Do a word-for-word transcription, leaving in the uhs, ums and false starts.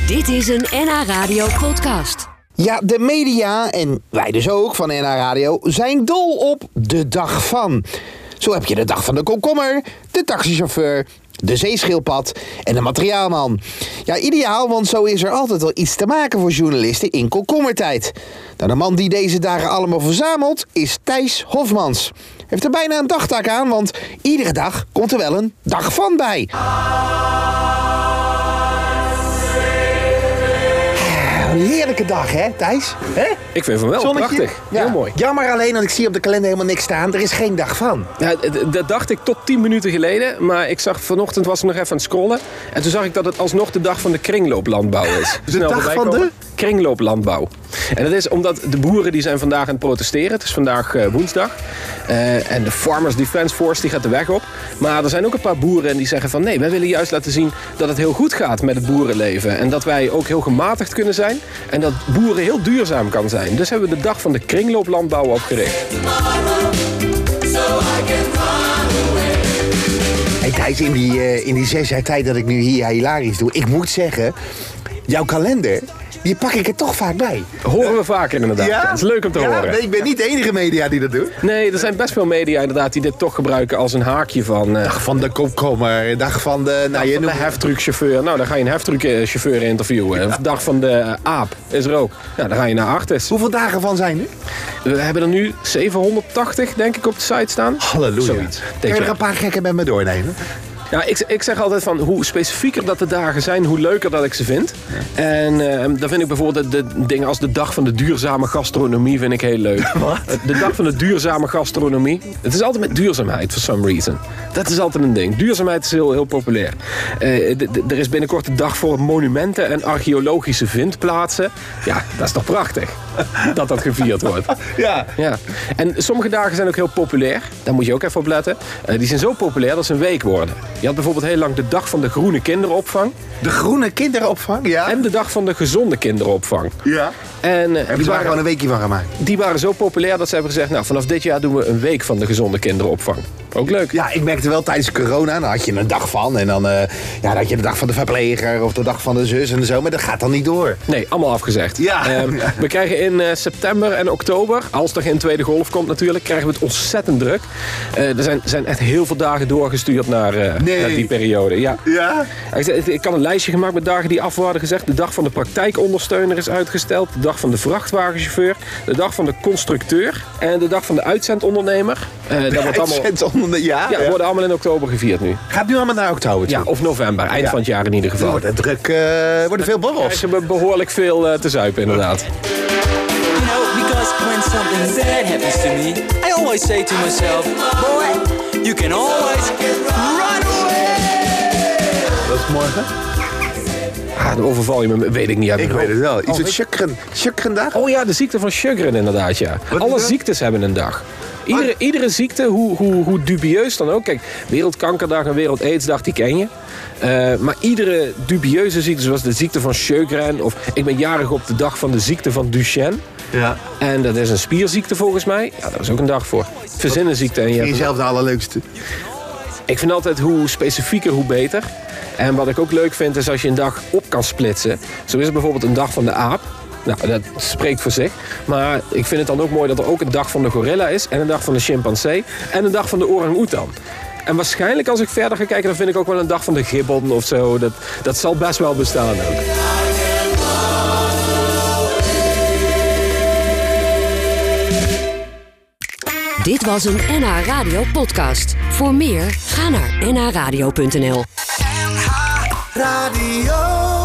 Dit is een N H Radio podcast. Ja, de media, en wij dus ook van N H Radio, zijn dol op de dag van. Zo heb je de dag van de komkommer, de taxichauffeur, de zeeschildpad en de materiaalman. Ja, ideaal, want zo is er altijd wel iets te maken voor journalisten in komkommertijd. Nou, de man die deze dagen allemaal verzamelt is Thijs Hofmans. Heeft er bijna een dagtaak aan, want iedere dag komt er wel een dag van bij. Een heerlijke dag, hè, Thijs? Hè? Ik vind van wel. Zonnetje? Prachtig. Ja. Heel mooi. Jammer alleen, want ik zie op de kalender helemaal niks staan. Er is geen dag van. Ja, d- dat dacht ik tot tien minuten geleden. Maar ik zag vanochtend, was ik nog even aan het scrollen. En toen zag ik dat het alsnog de dag van de kringlooplandbouw is. De dag van de? Kringlooplandbouw. En dat is omdat de boeren die zijn vandaag aan het protesteren. Het is vandaag uh, woensdag. Uh, en de Farmers Defence Force die gaat de weg op. Maar er zijn ook een paar boeren die zeggen van... nee, wij willen juist laten zien dat het heel goed gaat met het boerenleven. En dat wij ook heel gematigd kunnen zijn. En dat boeren heel duurzaam kan zijn. Dus hebben we de dag van de kringlooplandbouw opgericht. Hey Thijs, in die, uh, in die zes jaar tijd dat ik nu hier hilarisch doe... ik moet zeggen, jouw kalender... die pak ik er toch vaak bij. Horen we vaker inderdaad. Ja? Dat is leuk om te ja, horen. Nee, ik ben niet de enige media die dat doet. Nee, er zijn best veel media inderdaad die dit toch gebruiken als een haakje van... Uh, Dag van de komkommer, dag van de... Nou, dag je van de noemt... heftruckchauffeur. Nou, dan ga je een heftruckchauffeur interviewen. Ja. Dag van de uh, aap is er ook. Nou, dan ga je naar Artis. Hoeveel dagen van zijn er? We hebben er nu zevenhonderdtachtig, denk ik, op de site staan. Halleluja. Zoiets. Kun je er een paar gekken met me doornemen? Ja, ik, ik zeg altijd van hoe specifieker dat de dagen zijn, hoe leuker dat ik ze vind. Ja. En uh, dan vind ik bijvoorbeeld de, de dingen als de dag van de duurzame gastronomie vind ik heel leuk. Wat? De dag van de duurzame gastronomie. Het is altijd met duurzaamheid, for some reason. Dat is altijd een ding. Duurzaamheid is heel, heel populair. Uh, d- d- er is binnenkort de dag voor monumenten en archeologische vindplaatsen. Ja, dat is toch prachtig dat dat gevierd wordt. Ja. Ja. En sommige dagen zijn ook heel populair. Daar moet je ook even op letten. Uh, die zijn zo populair dat ze een week worden. Je had bijvoorbeeld heel lang de dag van de groene kinderopvang. De groene kinderopvang, ja. En de dag van de gezonde kinderopvang. Ja. En, uh, Heb je daar gewoon een weekje van gemaakt? Die waren zo populair dat ze hebben gezegd... nou, vanaf dit jaar doen we een week van de gezonde kinderopvang. Ook leuk. Ja, ik merkte wel tijdens corona, dan had je een dag van. En dan, uh, ja, dan had je de dag van de verpleger of de dag van de zus en zo. Maar dat gaat dan niet door. Nee, allemaal afgezegd. Ja. Um, we krijgen in uh, september en oktober, als er geen tweede golf komt natuurlijk... krijgen we het ontzettend druk. Uh, er zijn, zijn echt heel veel dagen doorgestuurd naar, uh, nee. naar die periode. Ja. Ja? Ik, ik had een lijstje gemaakt met dagen die af worden gezegd. De dag van de praktijkondersteuner is uitgesteld. De dag van de vrachtwagenchauffeur. De dag van de constructeur. En de dag van de uitzendondernemer. Uh, dat wordt allemaal, ja, ja, ja. worden allemaal in oktober gevierd nu. Gaat nu allemaal naar oktober toe? Ja, of november. Eind Ja. van het jaar in ieder Er geval. wordt het druk, uh, worden veel borrels. Krijgen we behoorlijk veel uh, te zuipen inderdaad. You know, because when something bad happens to me, I always say to myself, boy, you can always run away. Dat is morgen? Ah, dan overval je me, weet ik niet uit Ik mijn weet het hoofd. wel. Iets Oh, met weet- Sjögren. Sjögrendag? Oh ja, de ziekte van Sjögren inderdaad, ja. Wat is Alle dat? ziektes hebben een dag. Iedere, iedere ziekte, hoe, hoe, hoe dubieus dan ook. Kijk, Wereldkankerdag en Wereld Aidsdag, die ken je. Uh, maar iedere dubieuze ziekte, zoals de ziekte van Sjögren... of ik ben jarig op de dag van de ziekte van Duchenne... Ja. En dat is een spierziekte volgens mij. Ja, daar is ook een dag voor. Verzinnenziekte. En je Vind hebt... je zelf de allerleukste? Ik vind altijd hoe specifieker, hoe beter. En wat ik ook leuk vind, is als je een dag op kan splitsen. Zo is er bijvoorbeeld een dag van de aap. Nou, dat spreekt voor zich. Maar ik vind het dan ook mooi dat er ook een dag van de gorilla is... en een dag van de chimpansee en een dag van de orang-oetan. En waarschijnlijk als ik verder ga kijken... dan vind ik ook wel een dag van de gibbon of zo. Dat, dat zal best wel bestaan ook. Dit was een N H Radio podcast. Voor meer, ga naar n h radio punt n l. N H Radio.